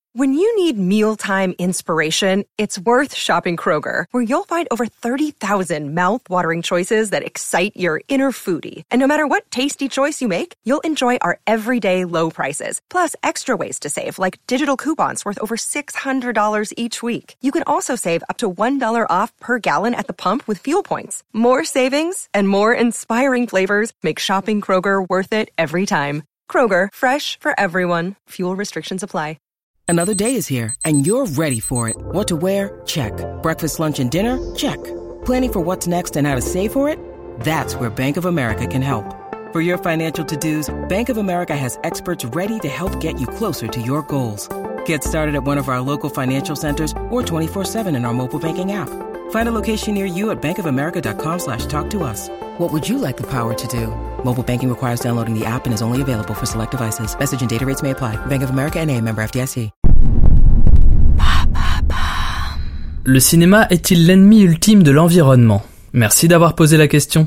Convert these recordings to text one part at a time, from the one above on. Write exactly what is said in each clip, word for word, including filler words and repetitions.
When you need mealtime inspiration, it's worth shopping Kroger, where you'll find over thirty thousand mouth-watering choices that excite your inner foodie. And no matter what tasty choice you make, you'll enjoy our everyday low prices, plus extra ways to save, like digital coupons worth over six hundred dollars each week. You can also save up to one dollar off per gallon at the pump with fuel points. More savings and more inspiring flavors make shopping Kroger worth it every time. Kroger, fresh for everyone. Fuel restrictions apply. Another day is here, and you're ready for it. What to wear? Check. Breakfast, lunch, and dinner? Check. Planning for what's next and how to save for it? That's where Bank of America can help. For your financial to-dos, Bank of America has experts ready to help get you closer to your goals. Get started at one of our local financial centers or twenty-four seven in our mobile banking app. Find a location near you at bankofamerica.com slash talk to us. What would you like the power to do? Mobile banking requires downloading the app and is only available for select devices. Message and data rates may apply. Bank of America N A, member F D I C. Le cinéma est-il l'ennemi ultime de l'environnement? Merci d'avoir posé la question.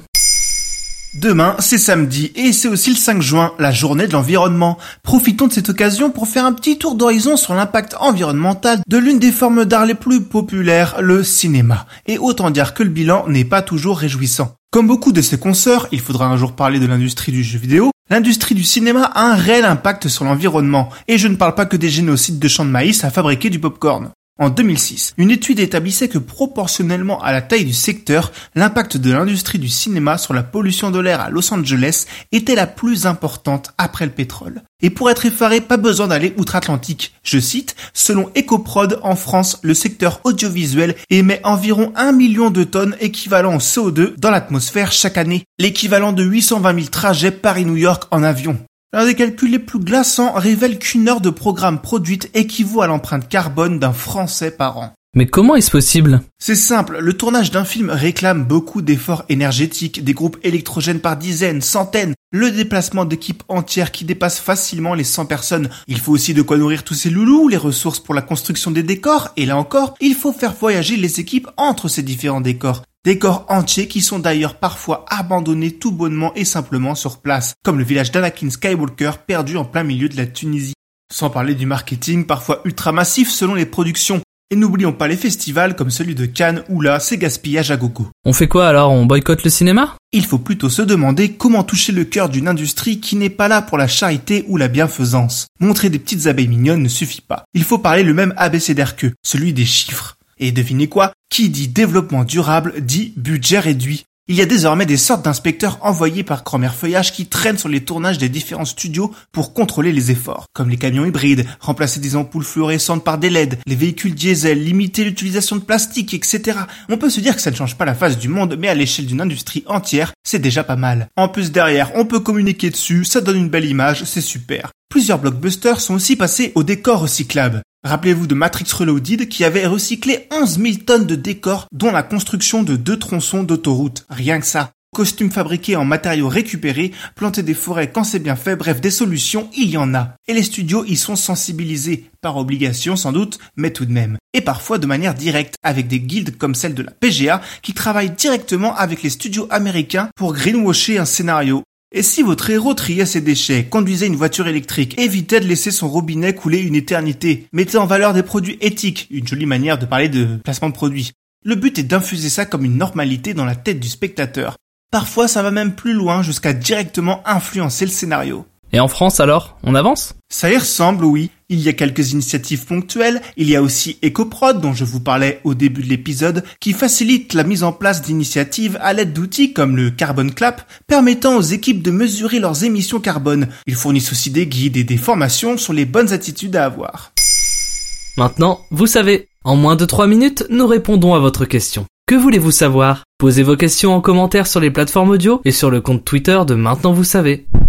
Demain, c'est samedi et c'est aussi le cinq juin, la journée de l'environnement. Profitons de cette occasion pour faire un petit tour d'horizon sur l'impact environnemental de l'une des formes d'art les plus populaires, le cinéma. Et autant dire que le bilan n'est pas toujours réjouissant. Comme beaucoup de ses consoeurs, il faudra un jour parler de l'industrie du jeu vidéo, l'industrie du cinéma a un réel impact sur l'environnement. Et je ne parle pas que des génocides de champs de maïs à fabriquer du popcorn. En deux mille six, une étude établissait que proportionnellement à la taille du secteur, l'impact de l'industrie du cinéma sur la pollution de l'air à Los Angeles était la plus importante après le pétrole. Et pour être effaré, pas besoin d'aller outre-Atlantique. Je cite, selon Ecoprod, en France, le secteur audiovisuel émet environ un million de tonnes équivalent au C O deux dans l'atmosphère chaque année, l'équivalent de huit cent vingt mille trajets Paris-New York en avion. L'un des calculs les plus glaçants révèle qu'une heure de programme produite équivaut à l'empreinte carbone d'un Français par an. Mais comment est-ce possible? C'est simple, le tournage d'un film réclame beaucoup d'efforts énergétiques, des groupes électrogènes par dizaines, centaines, le déplacement d'équipes entières qui dépassent facilement les cent personnes. Il faut aussi de quoi nourrir tous ces loulous, les ressources pour la construction des décors, et là encore, il faut faire voyager les équipes entre ces différents décors. Décors entiers qui sont d'ailleurs parfois abandonnés tout bonnement et simplement sur place, comme le village d'Anakin Skywalker perdu en plein milieu de la Tunisie. Sans parler du marketing parfois ultra massif selon les productions. Et n'oublions pas les festivals comme celui de Cannes où là c'est gaspillage à gogo. On fait quoi alors? On boycotte le cinéma? Il faut plutôt se demander comment toucher le cœur d'une industrie qui n'est pas là pour la charité ou la bienfaisance. Montrer des petites abeilles mignonnes ne suffit pas. Il faut parler le même abécédaire qu'eux, celui des chiffres. Et devinez quoi? Qui dit développement durable dit budget réduit. Il y a désormais des sortes d'inspecteurs envoyés par Cromer Feuillage qui traînent sur les tournages des différents studios pour contrôler les efforts. Comme les camions hybrides, remplacer des ampoules fluorescentes par des L E D, les véhicules diesel, limiter l'utilisation de plastique, et cetera. On peut se dire que ça ne change pas la face du monde, mais à l'échelle d'une industrie entière, c'est déjà pas mal. En plus derrière, on peut communiquer dessus, ça donne une belle image, c'est super. Plusieurs blockbusters sont aussi passés au décor recyclable. Rappelez-vous de Matrix Reloaded qui avait recyclé onze mille tonnes de décors dont la construction de deux tronçons d'autoroute. Rien que ça. Costumes fabriqués en matériaux récupérés, planter des forêts quand c'est bien fait, bref, des solutions, il y en a. Et les studios y sont sensibilisés, par obligation sans doute, mais tout de même. Et parfois de manière directe, avec des guildes comme celle de la P G A qui travaillent directement avec les studios américains pour greenwasher un scénario. Et si votre héros triait ses déchets, conduisait une voiture électrique, évitait de laisser son robinet couler une éternité, mettait en valeur des produits éthiques, une jolie manière de parler de placement de produits. Le but est d'infuser ça comme une normalité dans la tête du spectateur. Parfois, ça va même plus loin jusqu'à directement influencer le scénario. Et en France alors, on avance? Ça y ressemble, oui. Il y a quelques initiatives ponctuelles, il y a aussi Ecoprod, dont je vous parlais au début de l'épisode, qui facilite la mise en place d'initiatives à l'aide d'outils comme le Carbon Clap, permettant aux équipes de mesurer leurs émissions carbone. Ils fournissent aussi des guides et des formations sur les bonnes attitudes à avoir. Maintenant, vous savez, en moins de trois minutes, nous répondons à votre question. Que voulez-vous savoir? Posez vos questions en commentaire sur les plateformes audio et sur le compte Twitter de Maintenant Vous Savez.